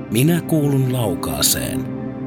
Minä kuulun laukaaseen.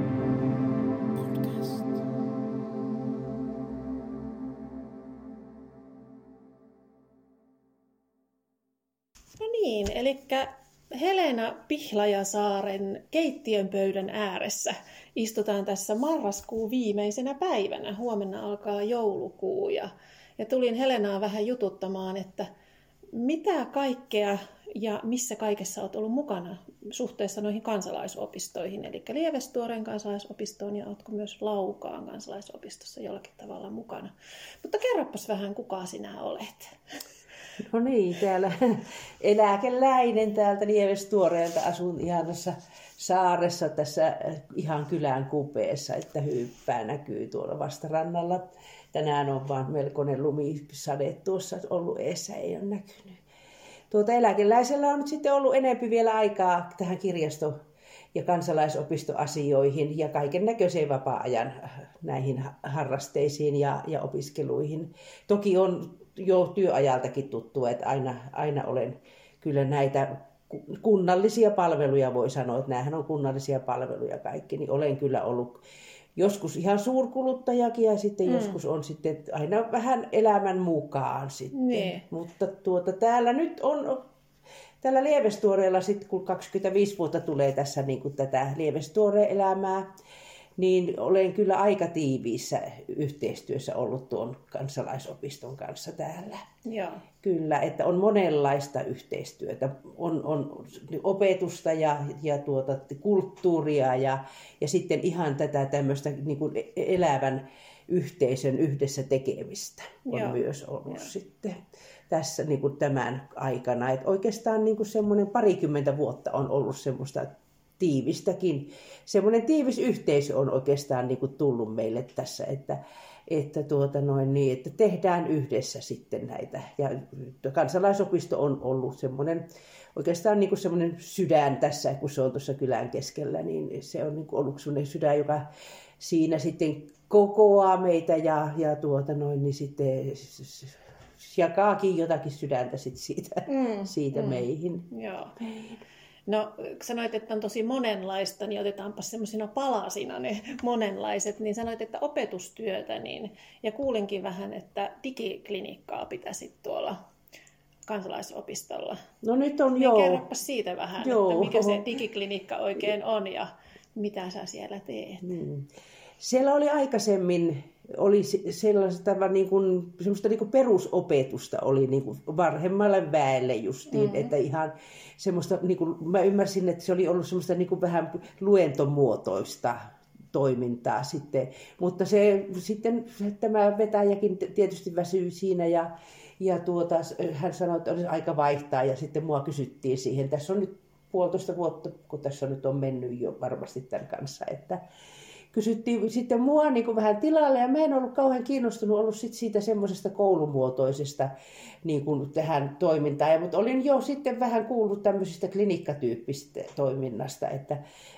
No niin, eli Helena Pihlajasaaren keittiön pöydän ääressä istutaan tässä marraskuun viimeisenä päivänä. Huomenna alkaa joulukuu ja tulin Helenaa vähän jututtamaan, että mitä kaikkea ja missä kaikessa olet ollut mukana suhteessa noihin kansalaisopistoihin, eli Lievestuoreen kansalaisopistoon ja oletko myös Laukaan kansalaisopistossa jollakin tavalla mukana. Mutta kerropas vähän, kuka sinä olet. No niin, täällä eläkeläinen täältä Lievestuoreelta asun ihan tässä saaressa tässä ihan kylän kupeessa, että hyyppää näkyy tuolla vastarannalla. Tänään on vaan melkoinen lumisade tuossa ollut eessä, ei ole näkynyt. Eläkeläisellä on nyt sitten ollut enempi vielä aikaa tähän kirjasto- ja kansalaisopistoasioihin ja kaiken näköiseen vapaa-ajan näihin harrasteisiin ja opiskeluihin. Toki on jo työajaltakin tuttu, että aina olen kyllä näitä kunnallisia palveluja, voi sanoa, että näähän on kunnallisia palveluja kaikki, niin olen kyllä ollut joskus ihan suurkuluttajakin ja sitten joskus on sitten aina vähän elämän mukaan sitten. Nee. Mutta täällä nyt on, tällä Lievestuoreella sitten kun 25 vuotta tulee tässä niin kuin tätä Lievestuoreen elämää, niin olen kyllä aika tiiviissä yhteistyössä ollut tuon kansalaisopiston kanssa täällä. Joo. Kyllä, että on monenlaista yhteistyötä. On opetusta ja kulttuuria ja sitten ihan tätä tämmöistä niin kuin elävän yhteisön yhdessä tekemistä on Joo. myös ollut sitten tässä niin kuin tämän aikana. Että oikeastaan niin kuin semmoinen 20 vuotta on ollut semmoista tiivistäkin. Semmoinen tiivis yhteisö on oikeastaan niin kuin tullut meille tässä, että tehdään yhdessä sitten näitä. Ja kansalaisopisto on ollut semmoinen, oikeastaan niin kuin semmoinen sydän tässä, kun se on tuossa kylän keskellä, niin se on niin kuin ollut semmoinen sydän, joka siinä sitten kokoaa meitä niin sitten jakaakin jotakin sydäntä sitten siitä meihin. Joo. No, sanoit, että on tosi monenlaista, niin otetaanpa semmoisina palasina ne monenlaiset. Niin sanoit, että opetustyötä, ja kuulinkin vähän, että digiklinikkaa pitäisi tuolla kansalaisopistolla. No nyt on niin joo. Kerropas siitä vähän, että mikä se digiklinikka oikein on ja mitä sä siellä teet. Siellä oli aikaisemmin semmoista perusopetusta oli niin kuin varhemmalle väelle justiin, että ihan semmoista, niin kuin, mä ymmärsin, että se oli ollut semmoista niin kuin vähän luentomuotoista toimintaa sitten, mutta sitten tämä vetäjäkin tietysti väsyi siinä ja hän sanoi, että olisi aika vaihtaa ja sitten mua kysyttiin siihen, tässä on nyt 1,5 vuotta, kun tässä nyt on mennyt jo varmasti tämän kanssa, että kysyttiin sitten mua niin kuin vähän tilalle ja mä en ollut kauhean kiinnostunut ollut siitä semmoisesta koulumuotoisesta niin kuin tähän toimintaan. Mutta olin jo sitten vähän kuullut tämmöisestä klinikkatyyppistä toiminnasta, että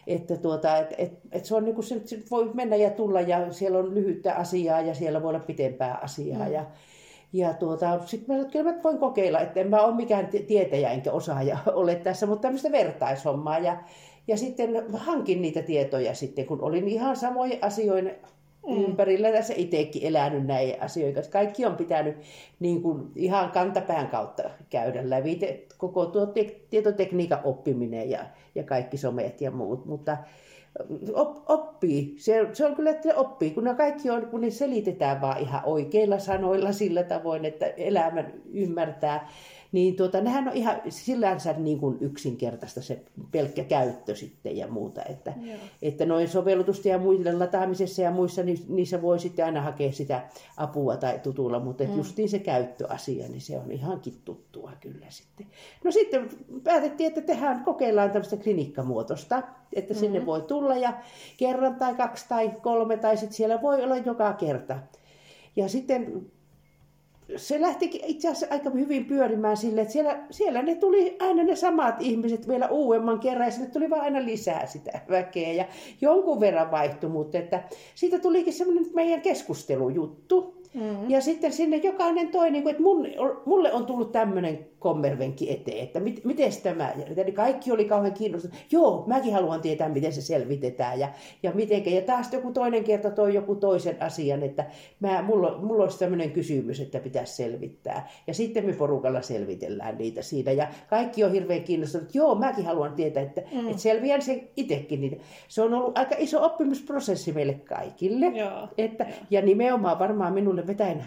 se on niin kuin se voi mennä ja tulla ja siellä on lyhyttä asiaa ja siellä voi olla pitempää asiaa. Sitten mä kyllä mä voin kokeilla, että en mä ole mikään tietäjä enkä osaaja ole tässä, mutta tämmöistä vertaishommaa. Ja sitten hankin niitä tietoja sitten, kun olin ihan samoja asioiden ympärillä tässä itsekin elänyt näin asioita. Kaikki on pitänyt niin kuin ihan kantapään kautta käydä läpi, koko tuo tietotekniikan oppiminen ja kaikki somet ja muut, mutta oppii. Se on kyllä, että se oppii, kun ne kaikki on, kun ne selitetään vaan ihan oikeilla sanoilla sillä tavoin, että elämän ymmärtää. Niin nehän on ihan sillänsä niin kuin yksinkertaista se pelkkä käyttö sitten ja muuta. Että noin sovellutusten ja muiden lataamisessa ja muissa, niin niissä voi sitten aina hakea sitä apua tai tutulla, mutta justiin se käyttöasia, niin se on ihankin tuttua kyllä sitten. No sitten päätettiin, että kokeillaan tämmöistä klinikkamuotoista, että sinne voi tulla ja kerran tai 2 tai 3 tai sitten siellä voi olla joka kerta. Ja sitten se lähti itse asiassa aika hyvin pyörimään sille, että siellä ne tuli aina ne samat ihmiset vielä uudemman kerran ja sinne tuli vaan aina lisää sitä väkeä ja jonkun verran vaihtui, mutta että siitä tulikin semmoinen meidän keskustelujuttu. Ja sitten sinne jokainen toi, niin kuin, että mulle on tullut tämmöinen kommervenki eteen, että miten tämä, ja kaikki oli kauhean kiinnostunut. Joo, mäkin haluan tietää, miten se selvitetään ja mitenkä. Ja taas joku toinen kerta toi joku toisen asian, että mulla olisi tämmöinen kysymys, että pitäisi selvittää. Ja sitten me porukalla selvitellään niitä siinä. Ja kaikki on hirveän kiinnostunut. Joo, mäkin haluan tietää, että selviän sen itsekin niitä. Se on ollut aika iso oppimisprosessi meille kaikille. Ja nimenomaan varmaan minulle vetäen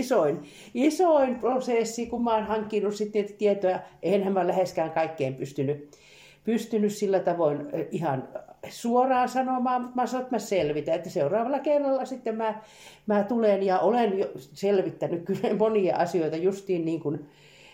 isoin prosessi, kun mä oon hankkinut sitten tietoja. Enhän mä läheskään kaikkeen pystynyt sillä tavoin ihan suoraan sanomaan, mutta mä sanon, että mä selvitän, että seuraavalla kerralla sitten mä tulen ja olen jo selvittänyt kyllä monia asioita justiin niin kuin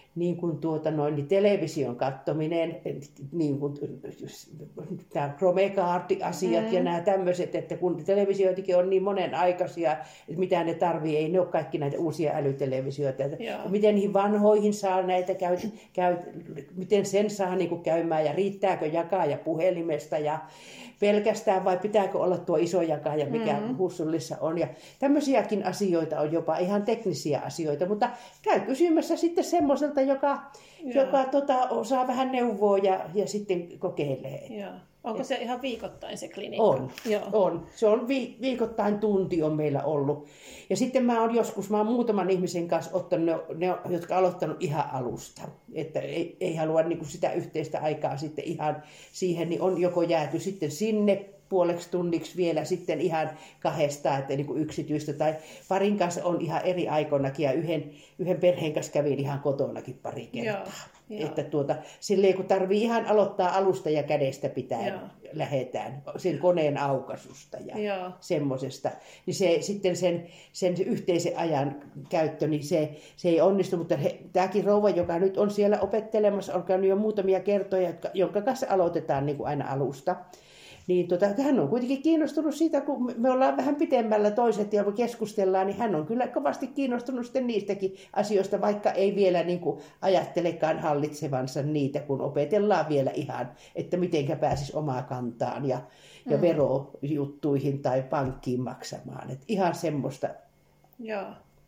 television katsominen, niin kuin tämä Chromecard-asiat ja nämä tämmöiset, että kun televisioitakin on niin monenaikaisia, että mitä ne tarvii, ei ne ole kaikki näitä uusia älytelevisioita. Miten niihin vanhoihin saa näitä miten sen saa niin kuin käymään ja riittääkö jakaaja puhelimesta ja pelkästään vai pitääkö olla tuo iso jakaaja, mikä hussullissa on. Ja tämmöisiäkin asioita on jopa ihan teknisiä asioita, mutta käy kysymässä sitten semmoiselta, joka osaa vähän neuvoa ja sitten kokeilee. Joo. Onko se ihan viikoittain se klinikka? On. Se on viikoittain tunti on meillä ollut. Ja sitten mä oon muutaman ihmisen kanssa ottanut ne jotka on aloittanut ihan alusta. Että ei halua niin kuin sitä yhteistä aikaa sitten ihan siihen, niin on joko jääty sitten sinne puoleksi tunniksi vielä sitten ihan kahdestaan, että niin kuin yksityistä tai parin kanssa on ihan eri aikoinakin ja yhden perheen kanssa kävin ihan kotonakin pari kertaa. Että silleen kun tarvii ihan aloittaa alusta ja kädestä pitäen lähdetään sen koneen aukaisusta ja semmosesta, niin se sitten sen yhteisen ajan käyttö, niin se ei onnistu, mutta tämäkin rouva, joka nyt on siellä opettelemassa, on käynyt jo muutamia kertoja, jonka kanssa aloitetaan niin kuin aina alusta. Niin hän on kuitenkin kiinnostunut siitä, kun me ollaan vähän pitemmällä toiset ja keskustellaan, niin hän on kyllä kovasti kiinnostunut sitten niistäkin asioista, vaikka ei vielä niin kuin ajattelekaan hallitsevansa niitä, kun opetellaan vielä ihan, että mitenkä pääsisi omaa kantaan ja verojuttuihin tai pankkiin maksamaan. Et ihan semmoista. Joo.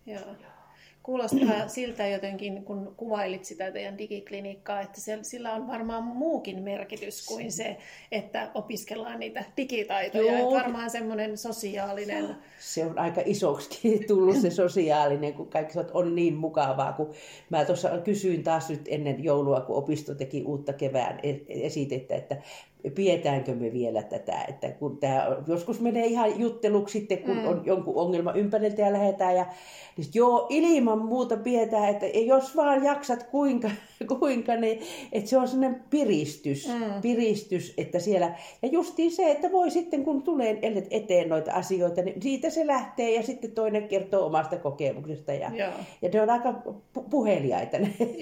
Kuulostaa siltä jotenkin, kun kuvailit sitä teidän digiklinikkaa, että sillä on varmaan muukin merkitys kuin se, että opiskellaan niitä digitaitoja. Että varmaan semmoinen sosiaalinen. Se on aika isoksi tullut se sosiaalinen, kun kaikki on niin mukavaa. Kun mä tuossa kysyin taas nyt ennen joulua, kun opisto teki uutta kevään esitettä, että pidetäänkö me vielä tätä, että kun tämä joskus menee ihan jutteluksi sitten, kun on jonkun ongelma ympäriltä ja lähdetään ja niin ilman muuta pidetään, että jos vaan jaksat kuinka niin, että se on sellainen piristys, että siellä, ja justiin se, että voi sitten kun tulee eteen noita asioita, niin siitä se lähtee ja sitten toinen kertoo omasta kokemuksesta ja ne on aika puheliaita,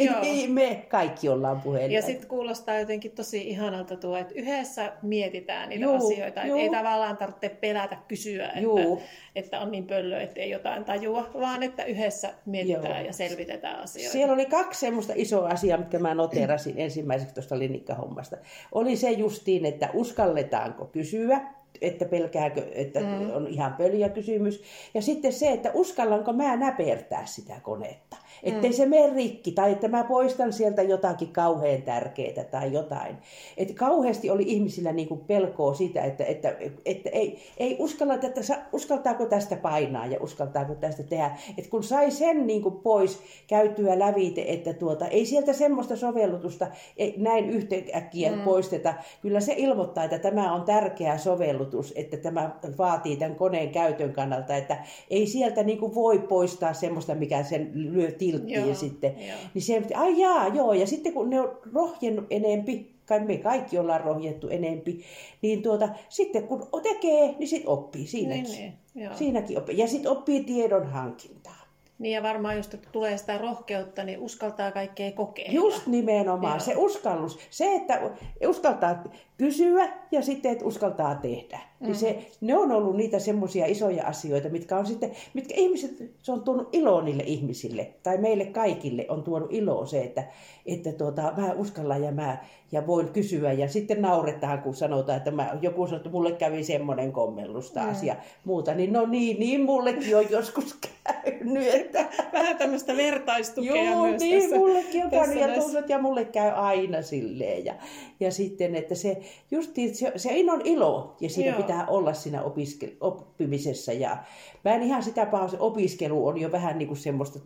me kaikki ollaan puheliaita. Ja sitten kuulostaa jotenkin tosi ihanalta tuo, että yhdessä mietitään niitä asioita, että ei tavallaan tarvitse pelätä kysyä, että on niin pöllö, että ei jotain tajua, vaan että yhdessä mietitään ja selvitetään asioita. Siellä oli 2 semmoista isoa asiaa, mitkä mä noterasin ensimmäiseksi tuosta klinikkahommasta. Oli se justiin, että uskalletaanko kysyä, että pelkääkö, että on ihan pöljä kysymys. Ja sitten se, että uskallanko mä näpertää sitä konetta. Ettei se mene rikki tai että mä poistan sieltä jotakin kauhean tärkeää tai jotain. Että kauheasti oli ihmisillä niinku pelkoa siitä, että ei uskalla, että uskaltaako tästä painaa ja uskaltaako tästä tehdä. Että kun sai sen niinku pois käytyä lävite, että ei sieltä semmoista sovellutusta näin yhtäkkiä poisteta. Kyllä se ilmoittaa, että tämä on tärkeä sovellutus, että tämä vaatii tämän koneen käytön kannalta, että ei sieltä niinku voi poistaa semmoista, mikä sen lyö tilttiin sitten. Niin se, ja sitten kun ne on rohjennut enempi, me kaikki ollaan rohjettu enempi, niin sitten kun tekee, niin sitten oppii siinäkin. Siinäkin oppii. Ja sitten oppii tiedon hankintaa. Niin ja varmaan just, että tulee sitä rohkeutta, niin uskaltaa kaikkea kokeilla. Just nimenomaan. Joo. Se uskallus. Se, että uskaltaa kysyä ja sitten, että uskaltaa tehdä. Niin ne on ollut niitä semmoisia isoja asioita, mitkä ihmiset, se on tuonut iloa niille ihmisille. Tai meille kaikille on tuonut iloa se, että mä uskallan ja voin kysyä. Ja sitten nauretaan, kun sanotaan, että joku sanoo, että mulle kävi semmoinen kommellus taas ja muuta. Niin no niin mullekin on joskus käynyt. Vähän tämmöistä vertaistukea joo, myös niin, tässä. mullekin on käynyt ja mulle käy aina silleen. Ja sitten, että se on ilo ja siinä pitää olla siinä oppimisessa. Ja mä en ihan sitä pahaa, se opiskelu on jo vähän niin kuin semmoista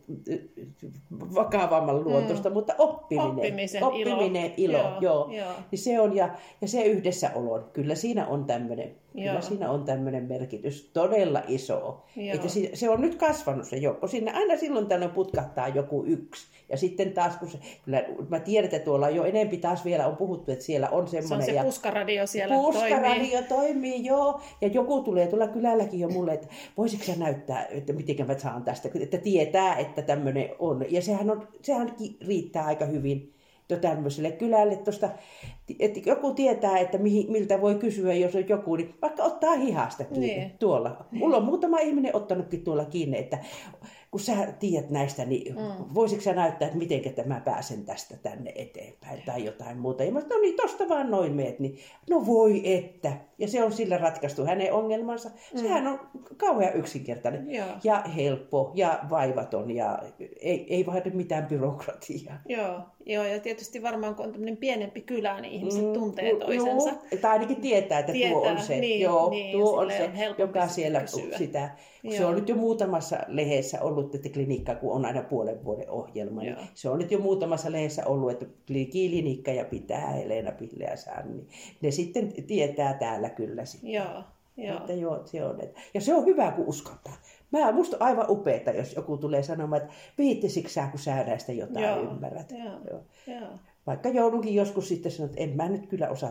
vakavamman luontoista, mutta oppiminen ilo. Joo. Niin se on, ja se yhdessäolo, kyllä siinä on tämmöinen merkitys, todella iso. Että se on nyt kasvanut se joukko. Sinne aina silloin tällöin putkahtaa joku yksi. Ja sitten taas, kyllä mä tiedän, että tuolla jo enempi taas vielä on puhuttu, että siellä on semmoinen. Se on se puskaradio siellä puskaradio toimii, joo. Ja joku tulee tuolla kylälläkin jo mulle, että voisitko sä näyttää, että miten mä saan tästä, että tietää, että tämmöinen on. Ja sehän riittää aika hyvin jo tämmöiselle kylälle tosta, että joku tietää, että miltä voi kysyä, jos on joku, niin vaikka ottaa hihasta kiinni tuolla. Mulla on muutama ihminen ottanutkin tuolla kiinni, että kun sä tiedät näistä, niin voisitko sä näyttää, että miten mä pääsen tästä tänne eteenpäin tai jotain muuta. Ja mä sanoin, no niin, tosta vaan noin meet, niin no voi että. Ja se on sillä ratkaistu hänen ongelmansa. Sehän on kauhean yksinkertainen ja helppo ja vaivaton ja ei vaadi mitään byrokratiaa. Joo, ja tietysti varmaan kun on tämmöinen pienempi kylä, niin ihmiset tuntee toisensa. Tai ainakin tietää, että tuo on se, tuo on se, joka siellä kysyä. sitä. Se on nyt jo muutamassa lehdessä ollut, että klinikka, kun on aina puolen vuoden ohjelma, niin se on nyt jo muutamassa lehdessä ollut, että klinikka ja pitää Helena Pihle ja Sanni. Ne sitten tietää täällä kyllä sitten. Joo. Että se on. Ja se on hyvä, kun uskaltaa. Musta on aivan upeeta, jos joku tulee sanomaan, että viittisikö sä, kun sä näistä jotain ymmärrät. Joo. Vaikka joudunkin joskus sitten sanoa, että en mä nyt kyllä osaa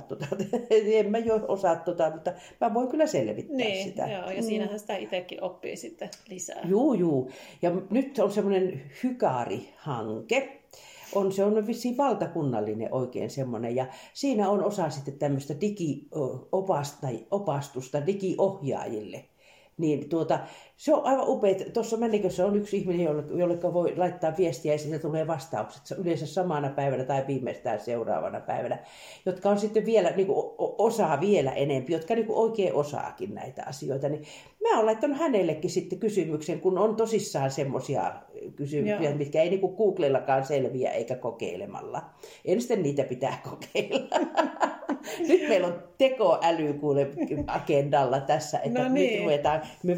mutta mä voin kyllä selvittää sitä. Joo, ja siinähän sitä itsekin oppii sitten lisää. Juu. Ja nyt on semmoinen Hykaari-hanke. Se on vissiin valtakunnallinen oikein semmoinen, ja siinä on osa sitten tämmöistä digiopastusta digiohjaajille. Niin se on aivan upea. Tuossa Männikössä on yksi ihminen, jolle voi laittaa viestiä ja siitä tulee vastaukset. Se on yleensä samana päivänä tai viimeistään seuraavana päivänä, jotka on sitten vielä, niin kuin, osaa vielä enempi, jotka niin kuin oikein osaakin näitä asioita. Niin mä oon laittanut hänellekin sitten kysymyksen, kun on tosissaan semmoisia kysymyksiä, mitkä ei niin kuin Googlellakaan selviä eikä kokeilemalla. En sitten niitä pitää kokeilla. Nyt meillä on tekoäly agendalla tässä, että nyt ruvetaan, me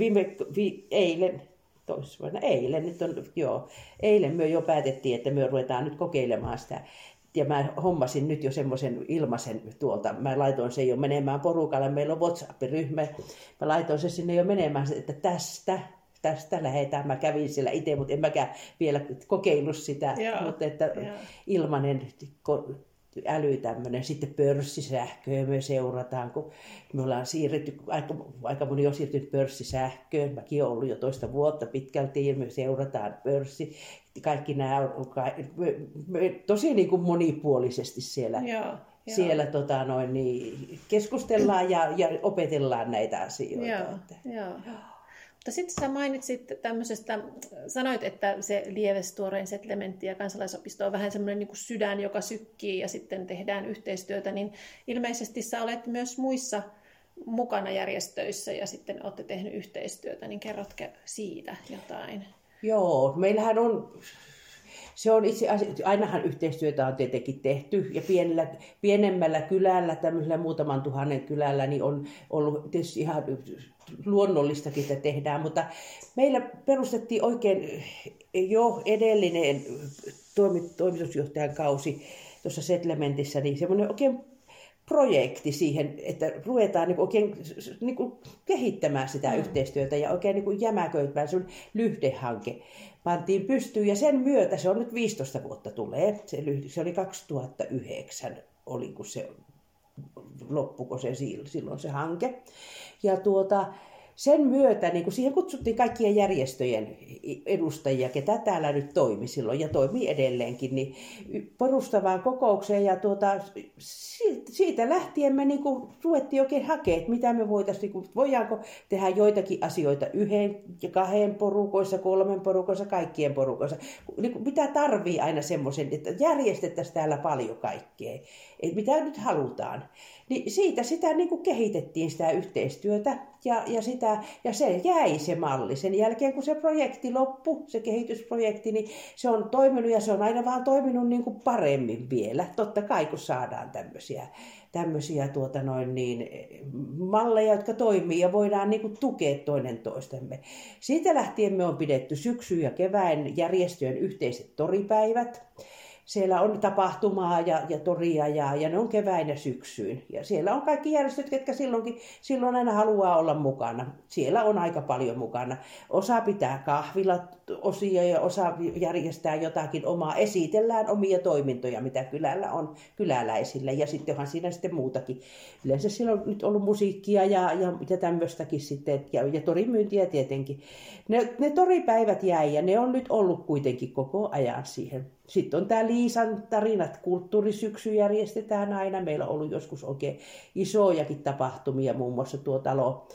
eilen me jo päätettiin, että me ruvetaan nyt kokeilemaan sitä. Ja mä hommasin nyt jo semmoisen ilmaisen tuolta. Mä laitoin sen jo menemään porukalle. Meillä on WhatsApp-ryhmä. Mä laitoin sen sinne jo menemään, että tästä lähdetään. Mä kävin siellä itse, mutta en mäkään vielä kokeillut sitä. Mutta että ilmainen äly tämmöinen. Sitten pörssisähköä me seurataan, kun me ollaan siirrytty, aika moni on siirtynyt pörssisähköön. Mäkin olen ollut jo toista vuotta pitkälti ja me seurataan pörssi. Kaikki nämä on tosi niin kuin monipuolisesti siellä. Siellä keskustellaan ja opetellaan näitä asioita. Mutta sitten sä mainitsit tämmöisestä, sanoit, että se Lievestuoreen settlementti ja kansalaisopisto on vähän semmoinen niin kuin sydän, joka sykkii ja sitten tehdään yhteistyötä, niin ilmeisesti sä olet myös muissa mukana järjestöissä ja sitten olette tehnyt yhteistyötä, niin kerrotko siitä jotain? Joo, meillähän on... Se on itse asiassa, ainahan yhteistyötä on tietenkin tehty ja pienemmällä kylällä, tämmöisellä muutaman tuhannen kylällä, niin on ollut tietysti ihan luonnollistakin, että tehdään, mutta meillä perustettiin oikein jo edellinen toimitusjohtajan kausi tuossa settlementissä, niin semmoinen oikein projekti siihen, että ruvetaan oikein kehittämään sitä yhteistyötä ja oikein jämäköittämään, se on lyhdehanke. Pantiin pystyyn ja sen myötä, se on nyt 15 vuotta tulee, se oli 2009, kun se loppuko se silloin se hanke. Ja sen myötä niin kun siihen kutsuttiin kaikkien järjestöjen edustajia, ketä täällä nyt toimi silloin ja toimii edelleenkin, niin perustavaan kokoukseen. Ja siitä lähtien me niin kun ruvettiin oikein hakemaan, että mitä me voitaisiin, niin voidaanko tehdä joitakin asioita 1 ja 2 porukoissa, 3 porukoissa, kaikkien porukoissa. Niin mitä tarvii aina semmoisen, että järjestettäisiin täällä paljon kaikkea, että mitä nyt halutaan. Niin siitä sitä niin kuin kehitettiin sitä yhteistyötä ja se jäi se malli. Sen jälkeen kun se projekti loppui, se kehitysprojekti, niin se on toiminut ja se on aina vaan toiminut niin kuin paremmin vielä. Totta kai kun saadaan tämmöisiä malleja, jotka toimii ja voidaan niin kuin tukea toinen toistemme. Siitä lähtien me on pidetty syksyn ja kevään järjestöjen yhteiset toripäivät. Siellä on tapahtumaa ja toria ja ne on kevään ja syksyyn. Ja siellä on kaikki järjestöt, ketkä silloin aina haluaa olla mukana. Siellä on aika paljon mukana. Osa pitää kahvilaosia ja osa järjestää jotakin omaa. Esitellään omia toimintoja, mitä kylällä on kyläläisille. Ja sitten onhan siinä sitten muutakin. Yleensä siellä on nyt ollut musiikkia ja tämmöistäkin sitten. Ja torimyyntiä tietenkin. Ne toripäivät jäi ja ne on nyt ollut kuitenkin koko ajan siihen. Sitten on tämä Liisan tarinat, kulttuurisyksy järjestetään aina. Meillä on ollut joskus oikein isojakin tapahtumia, muun muassa tuo talo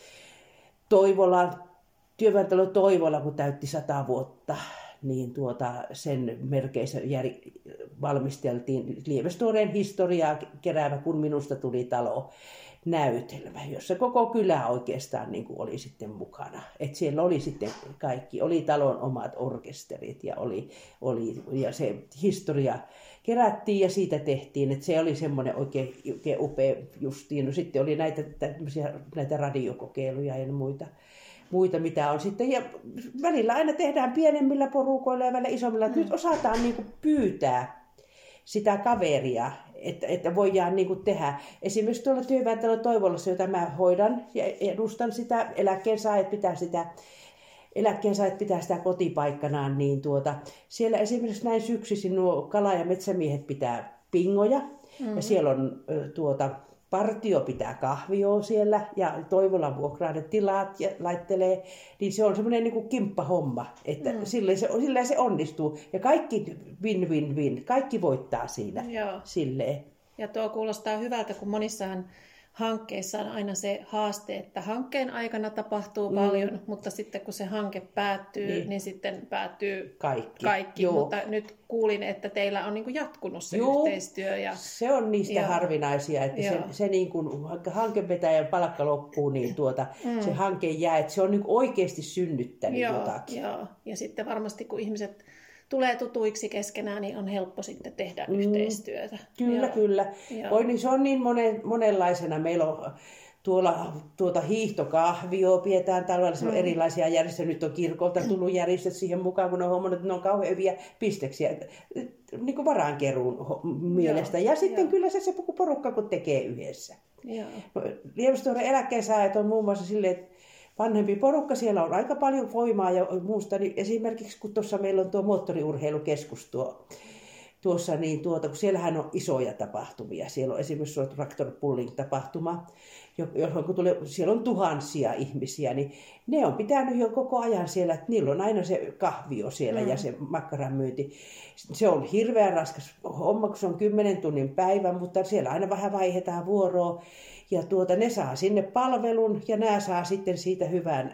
työväentalo Toivola, kun täytti 100 vuotta, niin sen merkeissä valmisteltiin Lievestuoreen historiaa keräävä, kun minusta tuli talo näytelmä, jossa koko kylä oikeastaan niin kuin oli sitten mukana. Et siellä oli sitten kaikki, oli talon omat orkesterit ja se historia kerättiin ja siitä tehtiin, että se oli semmoinen oikein upea justiin. No, sitten oli näitä radiokokeiluja ja muita, mitä on sitten. Ja välillä aina tehdään pienemmillä porukoilla ja välillä isommilla. Nyt osataan niin kuin pyytää sitä kaveria, että voidaan niin kuin tehdä. Esimerkiksi tuolla työväentalo Toivolassa, jota mä hoidan ja edustan sitä, eläkkeensaajat pitää sitä kotipaikkanaan, niin siellä esimerkiksi näin syksyisin nuo kala- ja metsämiehet pitää pingoja, ja siellä on partio pitää kahvioa siellä, ja Toivola vuokraa ne tilat ja laittelee, niin se on semmoinen niin kuin kimppahomma, että sillä se onnistuu, ja kaikki win, kaikki voittaa siinä. Joo. Silleen. Ja tuo kuulostaa hyvältä, kun monissahan hankkeissa on aina se haaste, että hankkeen aikana tapahtuu paljon, mutta sitten kun se hanke päättyy, niin sitten päättyy kaikki. Mutta nyt kuulin, että teillä on niin kuin jatkunut se yhteistyö. Ja se on niistä harvinaisia, että se niin kuin, vaikka hankevetäjän palkka loppuu, niin se hanke jää, että se on niin kuin oikeasti synnyttänyt jotakin. Joo. Ja sitten varmasti kun ihmiset tulee tutuiksi keskenään, niin on helppo sitten tehdä yhteistyötä. Kyllä. Niin se on niin monenlaisena. Meillä on tuolla hiihtokahvio pidetään talvella, se on erilaisia järjestöjä. Nyt on kirkolta tullut järjestöt siihen mukaan, kun ne on huomannut, että ne on kauhean hyviä pisteksiä niin kuin varainkeruun mielestä. Ja sitten kyllä se porukka, kun tekee yhdessä. Lievestuoreen eläkkeensaajat on muun muassa silleen, että vanhempi porukka, siellä on aika paljon voimaa ja muusta. Niin esimerkiksi kun tuossa meillä on tuo moottoriurheilukeskus tuossa, niin kun siellähän on isoja tapahtumia. Siellä on esimerkiksi Traktor Pulling-tapahtuma, siellä on tuhansia ihmisiä, niin ne on pitänyt jo koko ajan siellä, että niillä on aina se kahvio siellä ja se makkaranmyynti. Se on hirveän raskas homma, kun se on 10 tunnin päivä, mutta siellä aina vähän vaihdetaan vuoroa. Ja ne saa sinne palvelun ja nämä saa sitten siitä hyvän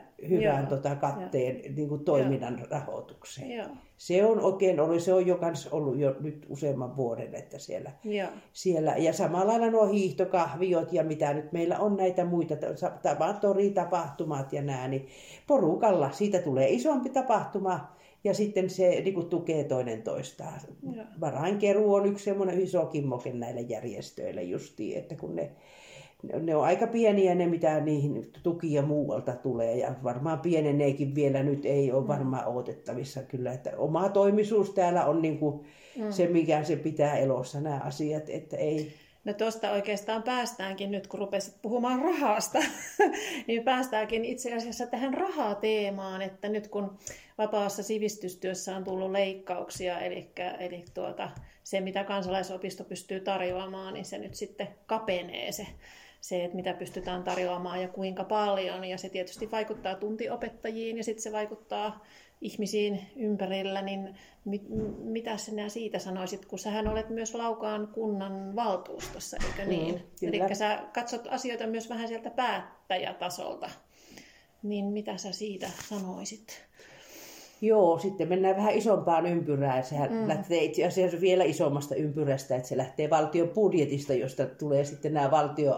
katteen niin kuin toiminnan rahoitukseen. Se on oikein ollut, se on jo ollut jo nyt useamman vuoden, että siellä. Ja samalla lailla nuo hiihtokahviot ja mitä nyt meillä on näitä muita, toritapahtumat ja nämä, niin porukalla siitä tulee isompi tapahtuma. Ja sitten se niin kuin tukee toinen toistaan. Varainkeruu on yksi semmoinen iso kimmoke näille järjestöille justiin, että kun ne on aika pieniä ne, mitä niihin tukia muualta tulee. Ja varmaan pieneneekin vielä nyt ei ole varmaan odotettavissa kyllä. Että oma toimisuus täällä on niin kuin se, mikä se pitää elossa nämä asiat, että ei. No tuosta oikeastaan päästäänkin nyt, kun rupesit puhumaan rahasta, niin päästäänkin itse asiassa tähän rahateemaan, että nyt kun vapaassa sivistystyössä on tullut leikkauksia, eli se mitä kansalaisopisto pystyy tarjoamaan, niin se nyt sitten kapenee se, että mitä pystytään tarjoamaan ja kuinka paljon. Ja se tietysti vaikuttaa tuntiopettajiin ja sitten se vaikuttaa ihmisiin ympärillä. Niin mitä sinä siitä sanoisit, kun sähän olet myös Laukaan kunnan valtuustossa, eikö niin? Eli sä katsot asioita myös vähän sieltä päättäjätasolta. Niin mitä sä siitä sanoisit? Joo, sitten mennään vähän isompaan ympyrään. Sehän lähtee itse asiassa vielä isommasta ympyrästä, että se lähtee valtion budjetista, josta tulee sitten nämä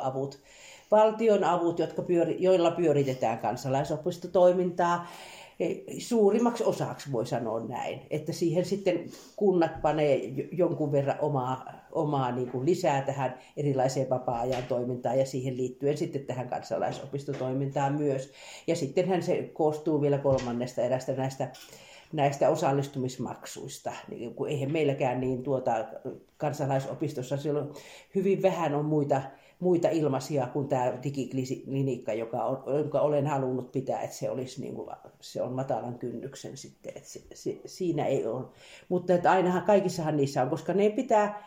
valtionavut, joilla pyöritetään kansalaisopistotoimintaa. Suurimmaksi osaksi voi sanoa näin, että siihen sitten kunnat panee jonkun verran omaa niin kuin lisää tähän erilaiseen vapaa-ajan toimintaan ja siihen liittyen sitten tähän kansalaisopistotoimintaan myös. Ja sittenhän se koostuu vielä kolmannesta erästä näistä osallistumismaksuista. Niin kun eihän meilläkään niin kansalaisopistossa silloin hyvin vähän on muita ilmaisia kuin tämä digiklinikka, jonka olen halunnut pitää, että se olisi niin kuin, se on matalan kynnyksen sitten, että siinä ei ole. Mutta että ainahan kaikissahan niissä on, koska ne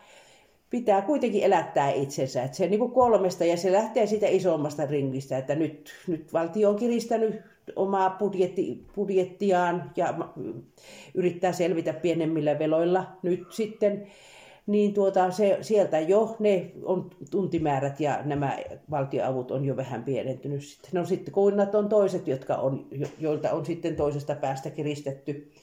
pitää kuitenkin elättää itsensä. Että se niin kuin 3 ja se lähtee siitä isommasta ringistä, että nyt valtio on kiristänyt omaa budjettiaan ja yrittää selvitä pienemmillä veloilla nyt sitten. Niin sieltä jo ne on tuntimäärät ja nämä valtionavut on jo vähän pienentynyt. No sitten kunnat on toiset, joilta on sitten toisesta päästä kiristetty.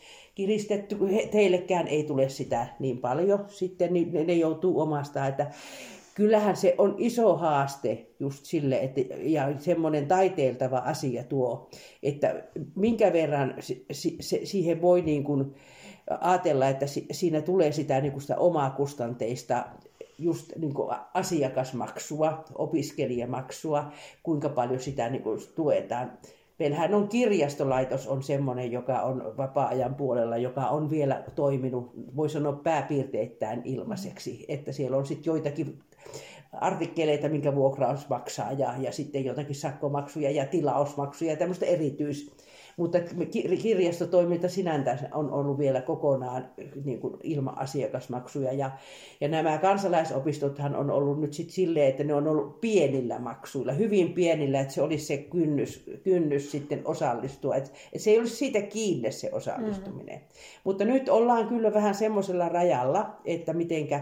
Teillekään ei tule sitä niin paljon. Sitten ne joutuu omasta, että kyllähän se on iso haaste just sille, ja semmoinen taiteiltava asia tuo, että minkä verran siihen voi niin kuin ajatella, että siinä tulee sitä, niin kuin sitä omaa kustanteista, just niin kuin asiakasmaksua, opiskelijamaksua, kuinka paljon sitä niin kuin tuetaan. Meillähän on kirjastolaitos on semmoinen, joka on vapaa-ajan puolella, joka on vielä toiminut, voi sanoa pääpiirteittäin ilmaiseksi, että siellä on sitten joitakin artikkeleita, minkä vuokraus maksaa ja sitten jotakin sakkomaksuja ja tilausmaksuja ja tämmöistä mutta kirjastotoiminta sinänsä on ollut vielä kokonaan niin kuin ilman asiakasmaksuja. Ja nämä kansalaisopistot on ollut nyt sitten silleen, että ne on ollut pienillä maksuilla, hyvin pienillä, että se olisi se kynnys sitten osallistua. Että se ei olisi siitä kiinni se osallistuminen. Mutta nyt ollaan kyllä vähän semmoisella rajalla, että mitenkä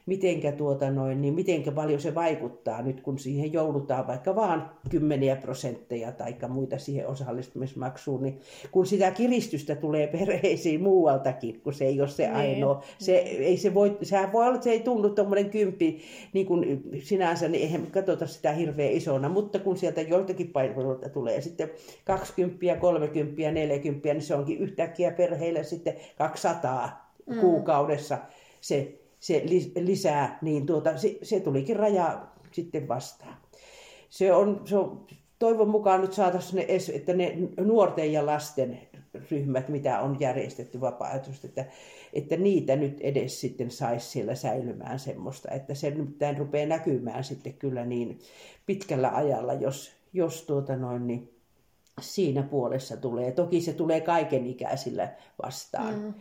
paljon se vaikuttaa nyt, kun siihen joudutaan vaikka vaan 10% tai muita siihen osallistumismaksuun, niin kun sitä kiristystä tulee perheisiin muualtakin, kun se ei ole se ainoa. Sehän voi olla, että se ei tunnu tuommoinen 10 niin kuin sinänsä, niin eihän katsota sitä hirveän isona, mutta kun sieltä joiltakin paikoilta tulee sitten 20, 30, 40, niin se onkin yhtäkkiä perheille sitten 200 kuukaudessa se lisää, niin se tulikin raja sitten vastaan. Se on toivon mukaan nyt saataisiin että ne nuorten ja lasten ryhmät, mitä on järjestetty vapaaehtoisesti, että niitä nyt edes sitten saisi siellä säilymään semmoista, että se nyt rupeaa näkymään sitten kyllä niin pitkällä ajalla, jos niin siinä puolessa tulee. Toki se tulee kaikenikäisillä vastaan.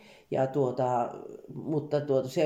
Mutta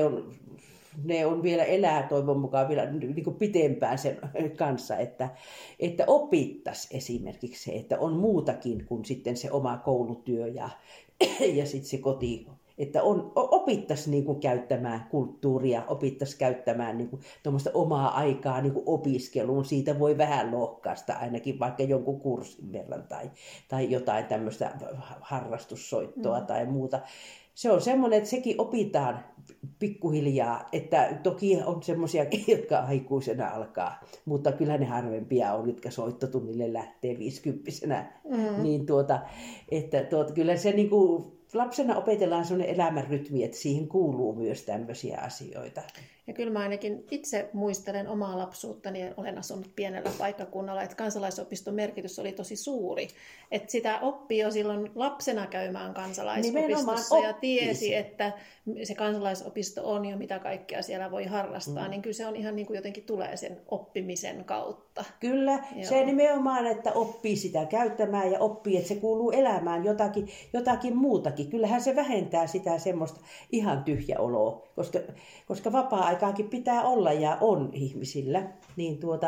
ne on vielä elää toivon mukaan vielä niin kuin pitempään sen kanssa, että opittaisi esimerkiksi se, että on muutakin kuin sitten se oma koulutyö ja sitten se koti. Että opittaisi niin kuin käyttämään kulttuuria, opittaisi käyttämään niin kuin tuommoista omaa aikaa niin kuin opiskeluun. Siitä voi vähän lohkaista ainakin vaikka jonkun kurssin verran tai jotain tämmöistä harrastussoittoa tai muuta. Se on semmoinen, että sekin opitaan pikkuhiljaa, että toki on semmoisia, jotka aikuisena alkaa, mutta kyllä ne harvempia on, jotka soittotunnille lähtee 50-vuotiaana. Niin kyllä se niinku lapsena opetellaan sellainen elämänrytmi, että siihen kuuluu myös tämmöisiä asioita. Ja kyllä mä ainakin itse muistelen omaa lapsuuttani, olen asunut pienellä paikkakunnalla, että kansalaisopiston merkitys oli tosi suuri. Että sitä oppii jo silloin lapsena käymään kansalaisopistossa ja tiesi, että se kansalaisopisto on ja mitä kaikkea siellä voi harrastaa, niin kyllä se on ihan niin kuin jotenkin tulee sen oppimisen kautta. Kyllä, joo. Se nimenomaan, että oppii sitä käyttämään ja oppii, että se kuuluu elämään jotakin muutakin. Kyllähän se vähentää sitä semmoista ihan tyhjäoloa, koska vapaa-aikaakin pitää olla ja on ihmisillä. Niin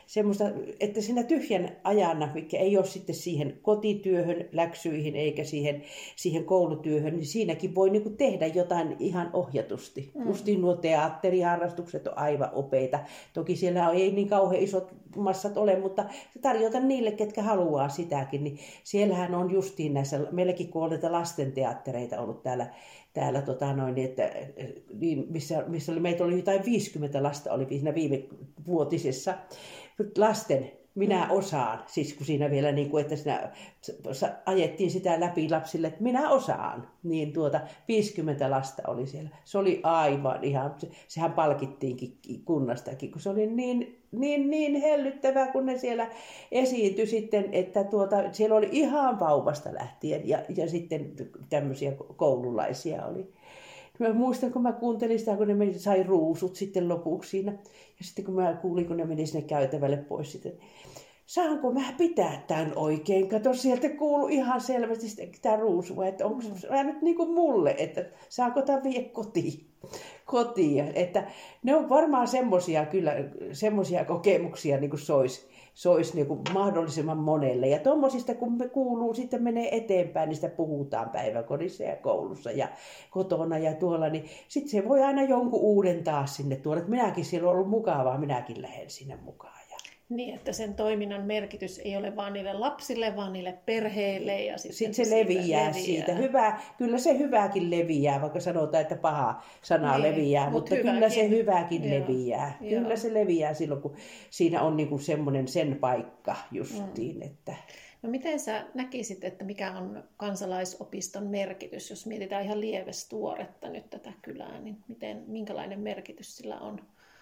semmoista, että siinä tyhjän ajana, mikä ei ole sitten siihen kotityöhön, läksyihin eikä siihen koulutyöhön, niin siinäkin voi niin kuin tehdä jotain ihan ohjatusti. Justiin nuo teatteriharrastukset on aivan opeita. Toki siellä ei niin kauhean isot massat ole, mutta tarjota niille, ketkä haluaa sitäkin. Niin siellähän on justiin näissä, meilläkin kun on näitä lastenteattereita ollut täällä että, niin missä oli, meitä oli jotain 50 lasta oli siinä viime vuotisessa lasten minä osaan, siis kun siinä vielä niin kuin, että siinä ajettiin sitä läpi lapsille, että minä osaan, niin 50 lasta oli siellä. Se oli aivan ihan, sehän palkittiinkin kunnastakin, kun se oli niin hellyttävää, kun ne siellä esiintyi sitten, että siellä oli ihan vauvasta lähtien ja sitten tämmöisiä koululaisia oli. Mä muistan, kun mä kuuntelin sitä, kun ne sai ruusut sitten lopuksi siinä. Ja sitten kun mä kuulin, kun ne meni sinne käytävälle pois sitten, saanko mä pitää tämän oikein? Kato, sieltä kuului ihan selvästi tämä ruusua, että onko se nyt niin kuin mulle, että saanko tämän vie kotiin. Että ne on varmaan semmoisia kokemuksia niin kuin sois niin kuin mahdollisimman monelle. Ja tuommoisista, kun me kuuluu, sitten menee eteenpäin, niin sitä puhutaan päiväkodissa ja koulussa ja kotona ja tuolla, niin sitten se voi aina jonkun uuden taas sinne tuoda. Että minäkin siellä on ollut mukavaa, minäkin lähden sinne mukaan. Niin, että sen toiminnan merkitys ei ole vain niille lapsille, vaan niille perheille. Ja sitten se leviää siitä. Kyllä se hyväkin leviää, vaikka sanotaan, että paha sana leviää, mutta kyllä se hyväkin leviää. Kyllä se leviää silloin, kun siinä on niinku semmoinen sen paikka justiin. Että... No miten sä näkisit, että mikä on kansalaisopiston merkitys, jos mietitään ihan Lievestuoretta nyt tätä kylää, niin minkälainen merkitys sillä on?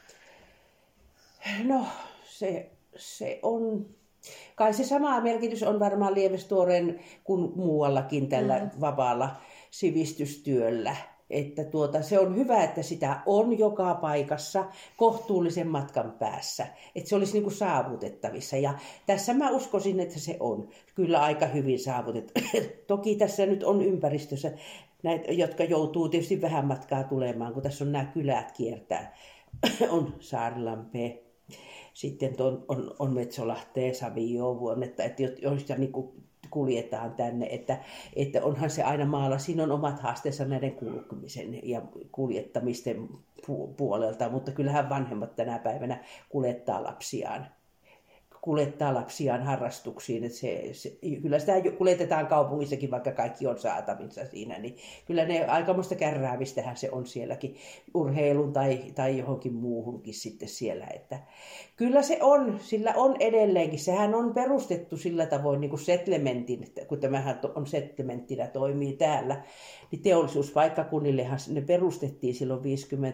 No, se on, kai se sama merkitys on varmaan Lievestuoreen kuin muuallakin tällä vapaalla sivistystyöllä. Että se on hyvä, että sitä on joka paikassa kohtuullisen matkan päässä. Että se olisi niin kuin saavutettavissa. Ja tässä mä uskoisin, että se on kyllä aika hyvin saavutettavissa. Toki tässä nyt on ympäristössä näitä, jotka joutuu tietysti vähän matkaa tulemaan, kun tässä on nämä kylät kiertää. On Saarilampea. Sitten on Metsolahteen, Savioon vuonnetta, että joista niin kuljetaan tänne, että onhan se aina maalla, siinä on omat haasteensa näiden kulkemisen ja kuljettamisten puolelta, mutta kyllähän vanhemmat tänä päivänä kuljettaa lapsiaan harrastuksiin. Että kyllä sitä kuljetetaan kaupungissakin, vaikka kaikki on saatavissa siinä. Niin kyllä ne aikamoista kärräämistähän se on sielläkin urheilun tai johonkin muuhunkin sitten siellä. Että kyllä se on, sillä on edelleenkin. Sehän on perustettu sillä tavoin niin kuin settlementin, kun tämähän on settlementtinä toimii täällä. Niin teollisuuspaikkakunnillehan ne perustettiin silloin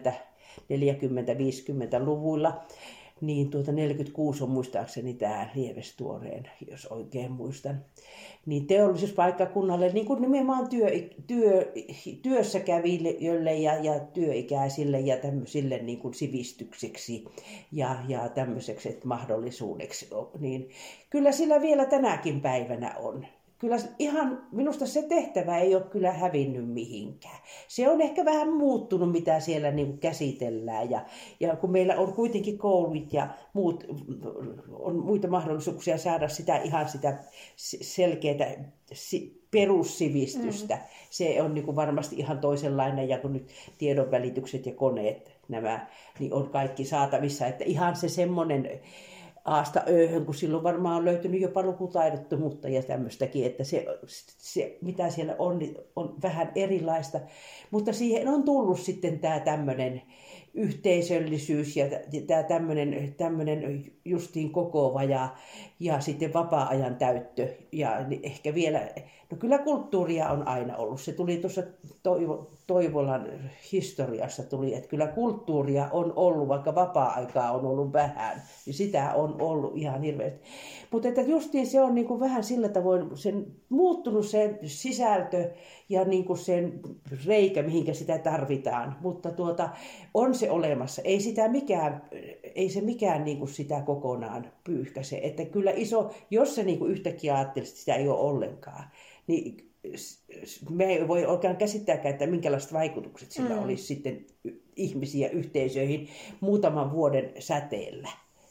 40-50-luvuilla. Niin 46 on muistaakseni tämä Lievestuoreen, jos oikein muistan. Niin teollisuuspaikkakunnalle niin kuin nimenomaan työssä käville ja työikäisille ja tämmöisille niin kuin sivistykseksi ja tämmöiseksi mahdollisuudeksi. Niin kyllä sillä vielä tänäkin päivänä on. Kyllä ihan minusta se tehtävä ei ole kyllä hävinnyt mihinkään. Se on ehkä vähän muuttunut, mitä siellä niin kuin käsitellään. Ja kun meillä on kuitenkin koulut ja muut, on muita mahdollisuuksia saada sitä selkeää perussivistystä. Se on niin kuin varmasti ihan toisenlainen, ja kun nyt tiedonvälitykset ja koneet nämä, niin on kaikki saatavissa. Että ihan se semmoinen aasta ööhön, kun silloin varmaan on löytynyt jopa lukutaidottomuutta ja tämmöistäkin, että se mitä siellä on vähän erilaista. Mutta siihen on tullut sitten tämä tämmöinen yhteisöllisyys ja tämä tämmöinen justiin kokoava ja sitten vapaa-ajan täyttö. Ja ehkä vielä, no kyllä kulttuuria on aina ollut. Se tuli tuossa Toivolan historiassa tuli, että kyllä kulttuuria on ollut, vaikka vapaa-aikaa on ollut vähän, niin sitä on ollut ihan hirveästi. Mutta että justiin se on niinku vähän sillä tavoin muuttunut se sisältö ja niinku sen reikä, mihinkä sitä tarvitaan, mutta on se olemassa. Ei se mikään niinku sitä kokonaan pyyhkäse. Että kyllä jos se niinku yhtäkkiä ajattelisi, että sitä ei ole ollenkaan, niin me ei voi oikein käsittääkään, että minkälaiset vaikutukset sillä olisi sitten ihmisiä yhteisöihin muutaman vuoden säteellä.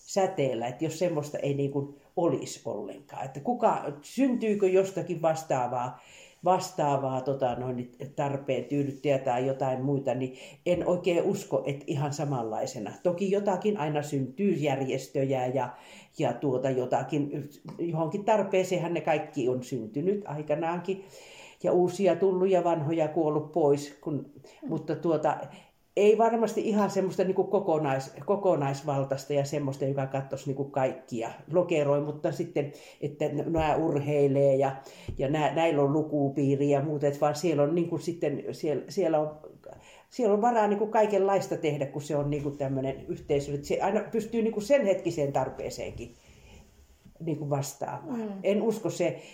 säteellä, että jos semmoista ei niin kuin olisi ollenkaan. Että syntyykö jostakin vastaavaa tarpeen tyydyttäjä tai jotain muita, niin en oikein usko, että ihan samanlaisena. Toki jotakin aina syntyy, järjestöjä ja jotakin, johonkin tarpeeseenhan ne kaikki on syntynyt aikanaankin. Ja uusia tullut ja vanhoja kuollut pois, mutta ei varmasti ihan semmoista niin kuin kokonaisvaltaista ja semmoista, joka katsoisi niin kuin kaikkia, lokeroi, mutta sitten, että nämä urheilee ja näillä on lukupiiri ja muuta, vaan siellä on niin kuin sitten, siellä on varaa niin kuin kaikenlaista tehdä, kun se on niin kuin tämmöinen yhteisö, että se aina pystyy niin kuin sen hetkiseen tarpeeseenkin niin kuin vastaamaan. En usko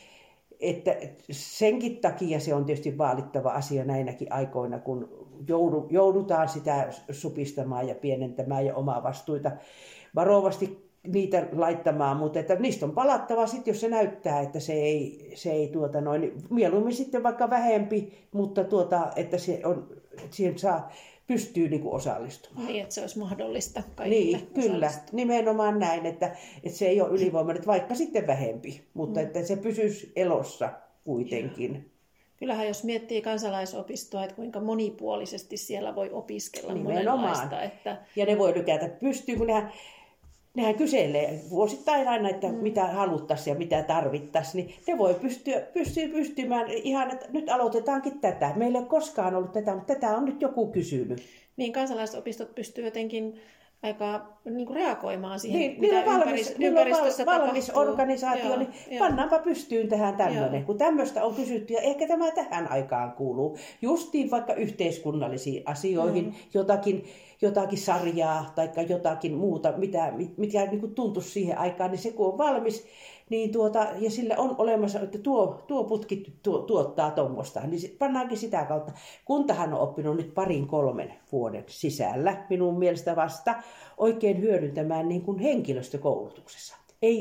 että senkin takia se on tietysti vaalittava asia näinäkin aikoina, kun joudutaan sitä supistamaan ja pienentämään ja omaa vastuita varovasti niitä laittamaan, mutta että niistä on palattava sitten, jos se näyttää, että se ei mieluummin sitten vaikka vähempi, mutta että siihen pystyy niinku osallistumaan. Niin, että se olisi mahdollista kaikille. Niin, kyllä. Nimenomaan näin, että se ei ole ylivoimainen, vaikka sitten vähempi, mutta että se pysyisi elossa kuitenkin. Kyllähän jos miettii kansalaisopistoa, että kuinka monipuolisesti siellä voi opiskella nimenomaan monenlaista. Että... Ja ne voi lykätä pystyyn, kun nehän kyselee vuosittain aina, että mitä haluttaisiin ja mitä tarvittaisiin, niin ne voi pystymään ihan, että nyt aloitetaankin tätä. Meillä ei ole koskaan ollut tätä, mutta tätä on nyt joku kysynyt. Niin kansalaisopistot pystyy jotenkin aika niin kuin reagoimaan siihen, niin, mitä ympäristössä tapahtuu. Valmis organisaatio, niin pannaanpa pystyyn tähän tämmöinen, kun tämmöistä on kysytty ja ehkä tämä tähän aikaan kuuluu. Justiin vaikka yhteiskunnallisiin asioihin, jotakin sarjaa tai jotakin muuta, mitkä niin kuin tuntuisi siihen aikaan, niin se kun on valmis, niin ja sillä on olemassa, että tuo putki tuottaa tuommoista, niin pannaankin sitä kautta. Kuntahan on oppinut nyt 2-3 vuoden sisällä, minun mielestä vasta, oikein hyödyntämään niin kuin henkilöstökoulutuksessa.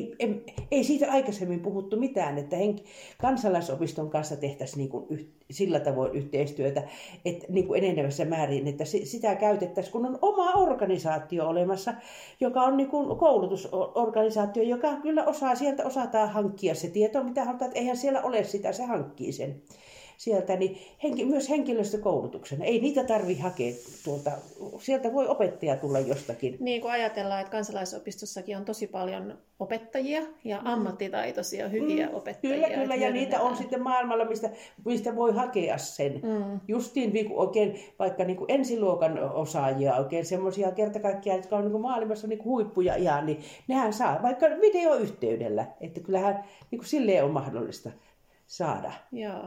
Ei siitä aikaisemmin puhuttu mitään, että kansalaisopiston kanssa tehtäisiin niin kuin sillä tavoin yhteistyötä, että niin kuin enenevässä määrin, että sitä käytettäisiin, kun on oma organisaatio olemassa, joka on niin kuin koulutusorganisaatio, joka kyllä sieltä osataan hankkia se tieto, mitä halutaan, että eihän siellä ole sitä, se hankkii sen sieltä, niin myös henkilöstökoulutuksena. Ei niitä tarvitse hakea sieltä voi opettaja tulla jostakin. Niin kuin ajatellaan, että kansalaisopistossa on tosi paljon opettajia ja ammattitaitoisia, hyviä opettajia. Kyllä, ja niitä on sitten maailmalla, mistä voi hakea sen. Justiin oikein vaikka niin kuin ensiluokan osaajia, oikein semmoisia kertakaikkiaan, jotka on niin kuin maailmassa niin kuin huippuja ihan, niin nehän saa vaikka videoyhteydellä, että kyllähän niin kuin silleen on mahdollista saada. Joo.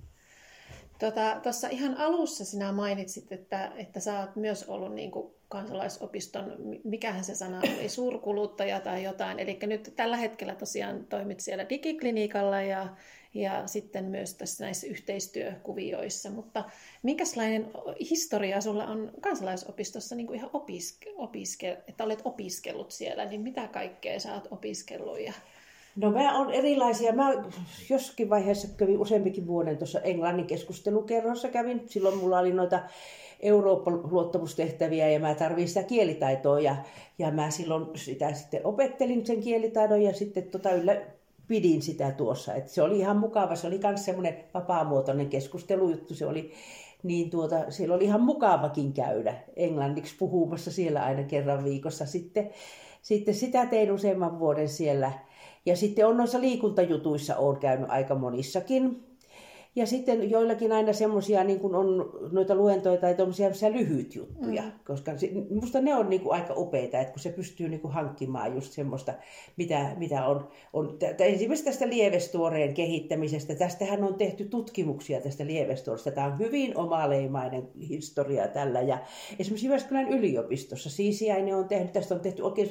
Tuossa ihan alussa sinä mainitsit, että sä oot myös ollut niin kuin kansalaisopiston, mikähän se sana oli, suurkuluttaja tai jotain. Eli nyt tällä hetkellä tosiaan toimit siellä digiklinikalla ja sitten myös tässä näissä yhteistyökuvioissa. Mutta minkälainen historia sulla on kansalaisopistossa niin kuin ihan että olet opiskellut siellä, niin mitä kaikkea sä oot opiskellut? No mä oon erilaisia. Mä jossakin vaiheessa kävin useampikin vuoden tuossa Englannin keskustelukerhossa kävin. Silloin mulla oli noita Eurooppa-luottamustehtäviä ja mä tarvitsin sitä kielitaitoa ja mä silloin sitä sitten opettelin sen kielitaidon ja sitten pidin sitä tuossa. Et se oli ihan mukava. Se oli myös semmoinen vapaamuotoinen keskustelujuttu. Se oli niin siellä oli ihan mukavakin käydä englanniksi puhumassa siellä aina kerran viikossa. Sitten sitä tein useamman vuoden siellä. Ja sitten on noissa liikuntajutuissa olen käynyt aika monissakin. Ja sitten joillakin aina semmoisia, niin kuin on noita luentoja tai tuommoisia lyhyt juttuja, koska musta ne on niin kuin aika upeita, että kun se pystyy niin kuin hankkimaan just semmoista, mitä on. Esimerkiksi tästä lievestuoreen kehittämisestä, tästähän on tehty tutkimuksia tästä lievestuoresta. Tämä on hyvin omaleimainen historia tällä. Ja esimerkiksi Jyväskylän yliopistossa Siisiäinen on tehnyt, tästä on tehty oikein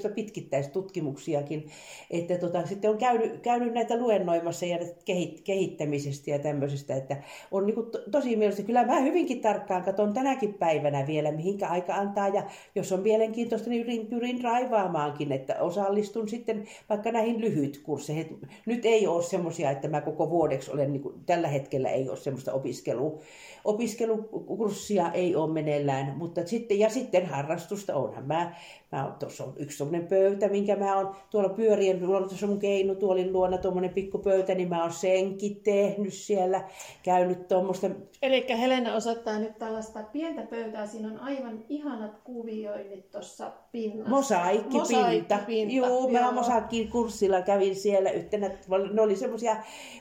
pitkitteistutkimuksiakin, että sitten on käynyt näitä luennoimassa ja kehittämisestä ja tämmöisestä. että on niin kuin tosi mielenkiintoista. Kyllä mä hyvinkin tarkkaan katson tänäkin päivänä vielä, mihinkä aika antaa, ja jos on mielenkiintoista, niin pyrin raivaamaankin, että osallistun sitten vaikka näihin lyhytkursseihin. Nyt ei ole semmoisia, että mä koko vuodeksi olen, niin kuin, tällä hetkellä ei ole semmoista opiskelukurssia ei ole meneillään, mutta sitten harrastusta onhan tuossa on yksi semmoinen pöytä, minkä mä oon tuolla pyörien luona, tuossa on mun keinutuolin luona tuommoinen pikkupöytä, niin mä oon senkin tehnyt siellä, käynyt tuommoista. Eli Helena osoittaa nyt tällaista pientä pöytää, siinä on aivan ihanat kuvioinnit tuossa pinnassa. Mosaiikkipinta. Joo, mä mosaikkikurssilla kävin siellä yhtenä, ne oli semmoisia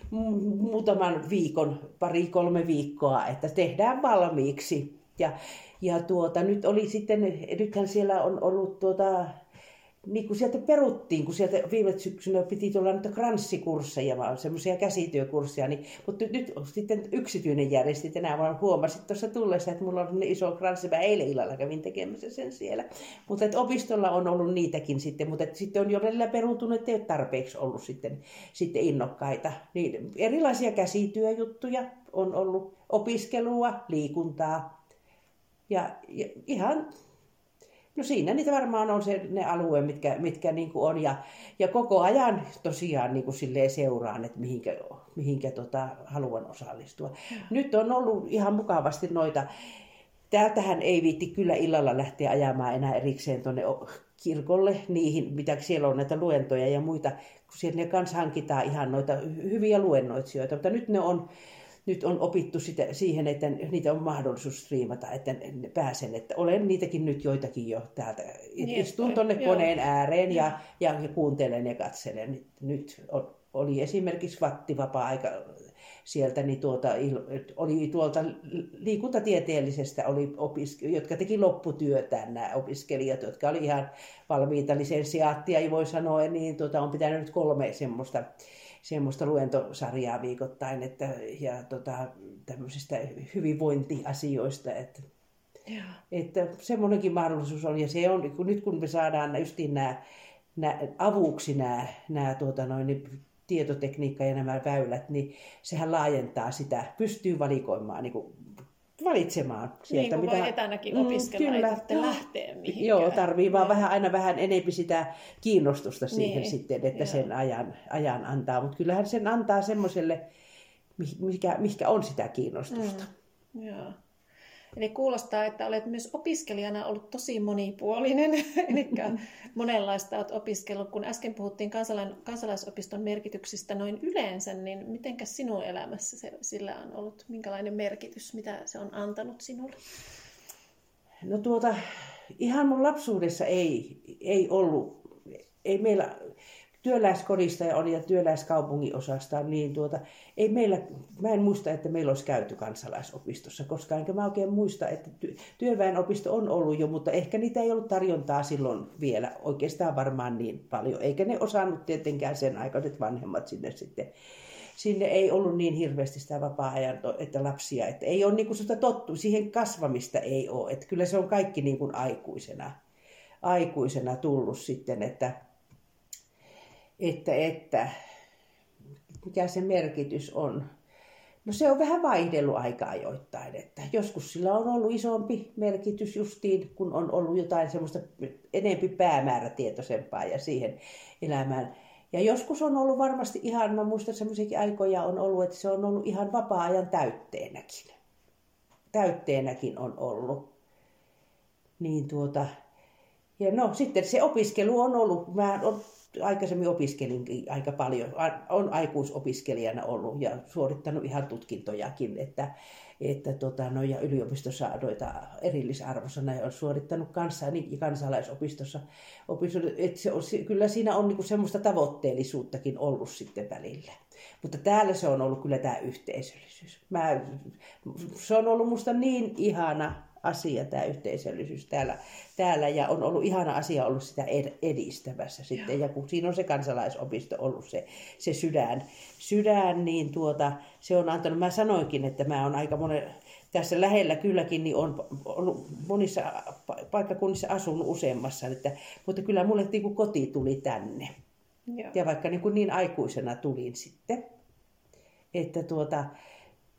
muutaman viikon, 2-3 viikkoa, että tehdään valmiiksi. Ja nyt oli sitten, nythän siellä on ollut niin kuin sieltä peruttiin, kun sieltä viime syksynä piti tulla noita kranssikursseja, vaan semmoisia käsityökursseja, niin, mutta nyt on sitten yksityinen järjesti tänään, vaan huomasin tuossa tullessa, että mulla on iso kranssi, mä eilen illalla kävin tekemässä sen siellä. Mutta opistolla on ollut niitäkin sitten, mutta sitten on jo välillä peruuntunut, että ei ole tarpeeksi ollut sitten innokkaita. Niin erilaisia käsityöjuttuja on ollut, opiskelua, liikuntaa ja ihan. No siinä niitä varmaan on ne alueet, mitkä niin kuin on. Ja koko ajan tosiaan niin kuin silleen seuraan, että mihinkä haluan osallistua. Nyt on ollut ihan mukavasti noita. Täältähän ei viitti kyllä illalla lähteä ajamaan enää erikseen tuonne kirkolle niihin, mitä siellä on näitä luentoja ja muita. Kun siellä ne kanssa hankitaan ihan noita hyviä luennoitsijoita, mutta nyt on opittu siihen, että niitä on mahdollisuus striimata, että pääsen. Että olen niitäkin nyt joitakin jo täältä. Istun tuonne koneen ääreen ja kuuntelen ja katselen. Nyt oli esimerkiksi vattivapaa-aika sieltä, niin oli tuolta liikuntatieteellisestä, jotka teki lopputyötään nämä opiskelijat, jotka oli ihan valmiita lisensiaattia, ei voi sanoa, niin on pitänyt nyt 3 semmoista luentosarjaa viikoittain ja tämmöisistä hyvinvointiasioista, että semmoinenkin mahdollisuus on, ja se on, nyt kun me saadaan justiin nämä avuksi nämä tietotekniikka ja nämä väylät, niin sehän laajentaa sitä, pystyy valikoimaan, niin kuin valitsemaan sieltä. Niin kuin voi etänäkin opiskella, kyllä, ei tarvitse lähteä mihinkään. Joo, tarvii vaan aina vähän enemmän sitä kiinnostusta siihen niin, sitten, että sen ajan antaa. Mutta kyllähän sen antaa semmoiselle, mikä on sitä kiinnostusta. Joo. Eli kuulostaa, että olet myös opiskelijana ollut tosi monipuolinen, eli monenlaista olet opiskellut. Kun äsken puhuttiin kansalaisopiston merkityksistä noin yleensä, niin mitenkäs sinun elämässä sillä on ollut, minkälainen merkitys, mitä se on antanut sinulle? No ihan mun lapsuudessa ei ollut, ei meillä työläiskodista ja työläiskaupungin osasta, niin ei meillä, mä en muista, että meillä olisi käyty kansalaisopistossa koskaan, enkä mä oikein muista, että työväenopisto on ollut jo, mutta ehkä niitä ei ollut tarjontaa silloin vielä oikeastaan varmaan niin paljon, eikä ne osannut tietenkään sen aikaiset vanhemmat sinne ei ollut niin hirveästi sitä vapaa-ajan, että lapsia, että ei ole niin kuin sitä siihen kasvamista ei ole, että kyllä se on kaikki niin kuin aikuisena tullut sitten, että mikä se merkitys on. No se on vähän vaihdellut aika ajoittain, että joskus sillä on ollut isompi merkitys justiin, kun on ollut jotain semmoista enempi päämäärätietoisempaa ja siihen elämään. Ja joskus on ollut varmasti ihan, mä muistan semmoisiakin aikoja on ollut, että se on ollut ihan vapaa-ajan täytteenäkin on ollut. Niin ja no sitten se opiskelu on ollut, aikaisemmin opiskelinkin aika paljon, on aikuisopiskelijana ollut ja suorittanut ihan tutkintojakin, ja yliopistossa noita erillisarvosana ja on suorittanut kansalaisopistossa. Että kyllä siinä on niinku semmoista tavoitteellisuuttakin ollut sitten välillä. Mutta täällä se on ollut kyllä tämä yhteisöllisyys. Se on ollut musta niin ihana asia, tämä yhteisöllisyys täällä ja on ollut ihana asia ollut sitä edistämässä sitten. Ja kun siinä on se kansalaisopisto ollut se sydän, niin se on antanut, mä sanoinkin, että mä oon aika tässä lähellä kylläkin, niin on ollut monissa paikkakunnissa asunut useammassa, mutta kyllä mulle niin kuin koti tuli tänne. Joo. Ja vaikka niin aikuisena tulin sitten, että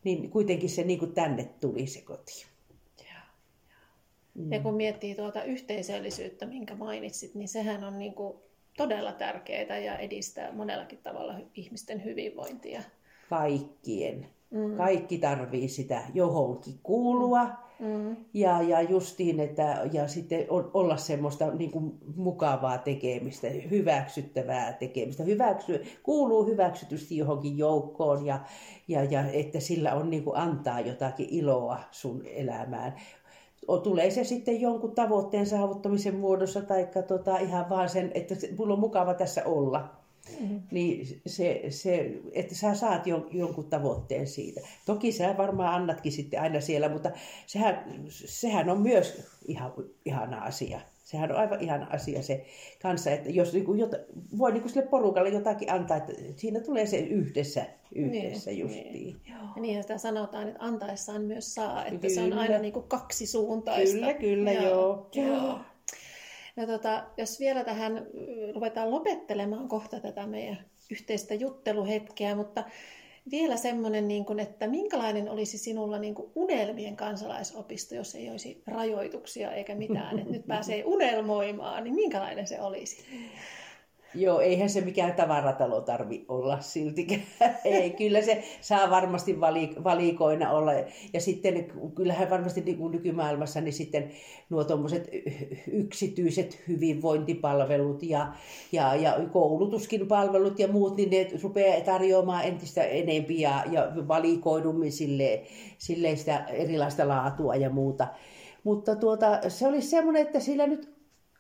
niin kuitenkin se niin kuin tänne tuli se koti. Ja kun miettii tuota yhteisöllisyyttä, minkä mainitsit, niin sehän on niin kuin todella tärkeää ja edistää monellakin tavalla ihmisten hyvinvointia. Kaikkien. Kaikki tarvii sitä johonkin kuulua. Ja justiin, että ja sitten olla semmoista niin kuin mukavaa tekemistä, hyväksyttävää tekemistä. Kuuluu hyväksytysti johonkin joukkoon ja että sillä on niin kuin antaa jotakin iloa sun elämään. Tulee se sitten jonkun tavoitteen saavuttamisen muodossa tai ihan vaan sen, että mulla on mukava tässä olla. Niin että sä saat jonkun tavoitteen siitä. Toki sä varmaan annatkin sitten aina siellä, mutta sehän on myös ihana asia. Sehän on aivan ihana asia se kanssa, että jos voi sille porukalle jotakin antaa, että siinä tulee se yhdessä justiin. Ja niin sitä sanotaan, että antaessaan myös saa, että se on aina niin kuin kaksisuuntaista. Kyllä, joo. No jos vielä tähän ruvetaan lopettelemaan kohta tätä meidän yhteistä jutteluhetkeä, mutta vielä semmoinen, että minkälainen olisi sinulla unelmien kansalaisopisto, jos ei olisi rajoituksia eikä mitään, että nyt pääsee unelmoimaan, niin minkälainen se olisi? Joo, eihän se mikään tavaratalo tarvi olla siltikään. Ei, kyllä se saa varmasti valikoina olla. Ja sitten kyllähän varmasti niin kuin nykymaailmassa niin sitten nuo tommoset yksityiset hyvinvointipalvelut ja koulutuskin palvelut ja muut, niin ne rupeaa tarjoamaan entistä enempi ja valikoidummin silleen sitä erilaista laatua ja muuta. Mutta se olisi semmoinen, että sillä nyt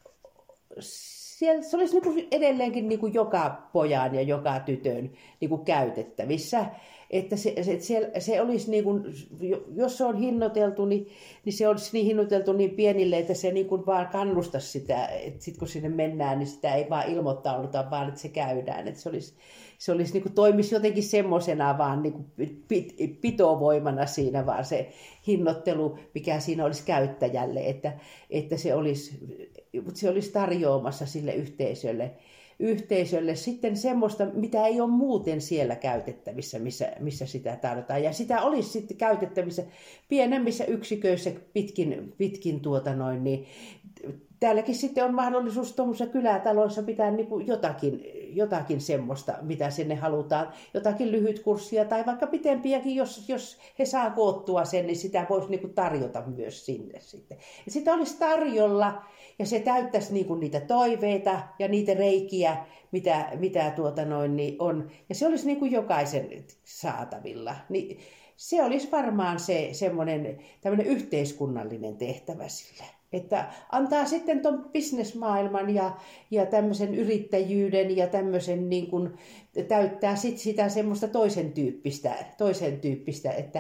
se olisi edelleenkin joka pojan ja joka tytön käytettävissä. Että se olisi, jos se on hinnoiteltu, niin se olisi niin hinnoiteltu niin pienille, että se vaan kannustaisi sitä. Että sitten kun sinne mennään, niin sitä ei vaan ilmoittauduta, vaan että se käydään. Että se olisi toimisi jotenkin semmoisena vaan pitovoimana siinä, vaan se hinnoittelu, mikä siinä olisi käyttäjälle, että se olisi tarjoamassa sille yhteisölle sitten semmoista, mitä ei ole muuten siellä käytettävissä, missä sitä tarvitaan. Ja sitä olisi sitten käytettävissä pienemmissä yksiköissä pitkin niin täälläkin sitten on mahdollisuus tuommoisissa kylätaloissa pitää jotakin semmoista, mitä sinne halutaan. Jotakin lyhytkurssia tai vaikka pitempiäkin, jos he saa koottua sen, niin sitä voisi tarjota myös sinne sitten. Ja sitä olisi tarjolla ja se täyttäisi niitä toiveita ja niitä reikiä, mitä niin on. Ja se olisi jokaisen saatavilla. Niin se olisi varmaan se semmoinen tämmöinen yhteiskunnallinen tehtävä sille. Että antaa sitten tuon bisnesmaailman ja tämmöisen yrittäjyyden ja tämmöisen täyttää sit sitä semmoista toisen tyyppistä että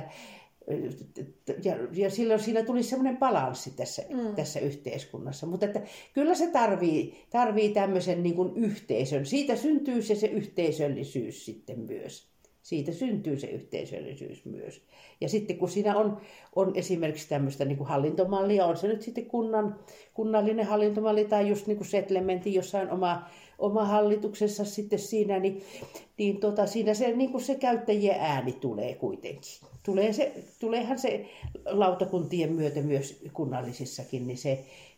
ja silloin siinä tuli semmoinen balanssi tässä yhteiskunnassa. Mutta että kyllä se tarvii tämmöisen yhteisön. Siitä syntyy se yhteisöllisyys sitten myös. Siitä syntyy se yhteisöllisyys myös. Ja sitten kun siinä on esimerkiksi tämmöistä hallintomallia, on se nyt sitten kunnallinen hallintomalli tai just settlementti jossain oma hallituksessa sitten siinä, niin siinä se käyttäjien ääni tulee kuitenkin. Tuleehan se lautakuntien myötä myös kunnallisissakin, niin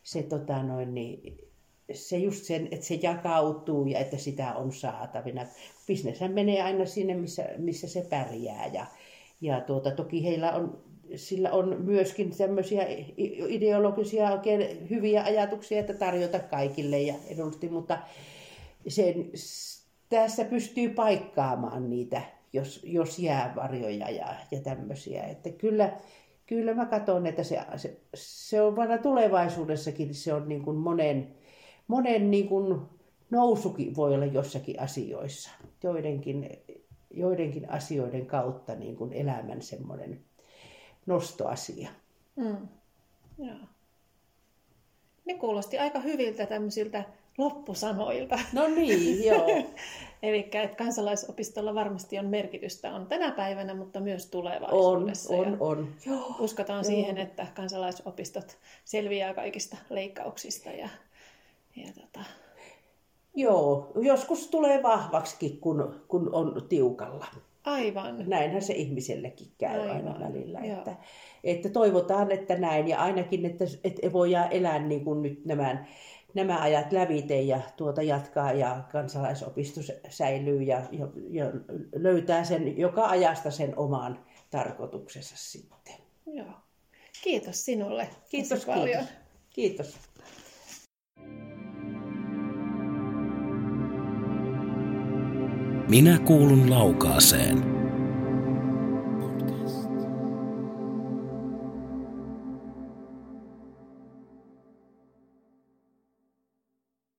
se just sen, että se jakautuu ja että sitä on saatavina. Bisneshän menee aina sinne, missä se pärjää. Ja toki sillä on myöskin tämmöisiä ideologisia oikein hyviä ajatuksia, että tarjota kaikille ja edullisesti, mutta tässä pystyy paikkaamaan niitä, jos jää varjoja ja tämmöisiä. Että kyllä mä katson, että se on vain tulevaisuudessakin, se on monen nousukin voi olla jossakin asioissa. Joidenkin asioiden kautta elämän semmoinen nostoasia. Joo. Ne kuulosti aika hyviltä tämmöisiltä loppusanoilta. No niin, joo. Eli että kansalaisopistolla varmasti on merkitystä on tänä päivänä, mutta myös tulevaisuudessa. On. Uskotaan siihen, että kansalaisopistot selviää kaikista leikkauksista. Joo, joskus tulee vahvaksikin, kun on tiukalla. Aivan. Näinhän se ihmisellekin käy Aivan. aina välillä. Joo. Että toivotaan, että näin. Ja ainakin, että voidaan elää niin kuin nyt nämä ajat lävite ja jatkaa ja kansalaisopisto säilyy ja löytää sen joka ajasta sen oman tarkoituksensa sitten. Joo. Kiitos sinulle. Kiitos paljon. Kiitos. Minä kuulun Laukaaseen.